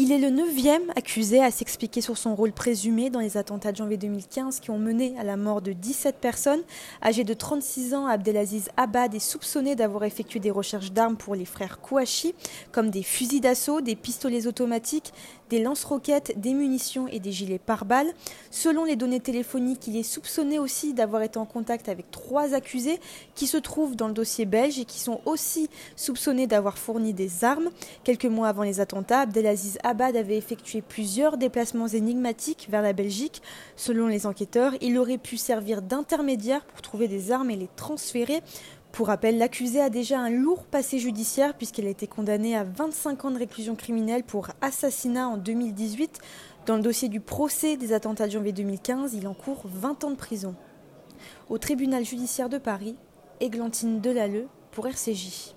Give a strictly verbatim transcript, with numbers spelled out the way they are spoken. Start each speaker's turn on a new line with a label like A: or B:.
A: Il est le neuvième accusé à s'expliquer sur son rôle présumé dans les attentats de janvier deux mille quinze qui ont mené à la mort de dix-sept personnes. Âgé de trente-six ans, Abdelaziz Abad est soupçonné d'avoir effectué des recherches d'armes pour les frères Kouachi, comme des fusils d'assaut, des pistolets automatiques, des lance-roquettes, des munitions et des gilets pare-balles. Selon les données téléphoniques, il est soupçonné aussi d'avoir été en contact avec trois accusés qui se trouvent dans le dossier belge et qui sont aussi soupçonnés d'avoir fourni des armes. Quelques mois avant les attentats, Abdelaziz Abad avait effectué plusieurs déplacements énigmatiques vers la Belgique. Selon les enquêteurs, il aurait pu servir d'intermédiaire pour trouver des armes et les transférer. Pour rappel, l'accusé a déjà un lourd passé judiciaire puisqu'elle a été condamnée à vingt-cinq ans de réclusion criminelle pour assassinat en deux mille dix-huit. Dans le dossier du procès des attentats de janvier deux mille quinze, il encourt vingt ans de prison. Au tribunal judiciaire de Paris, Églantine Delalleux pour R C J.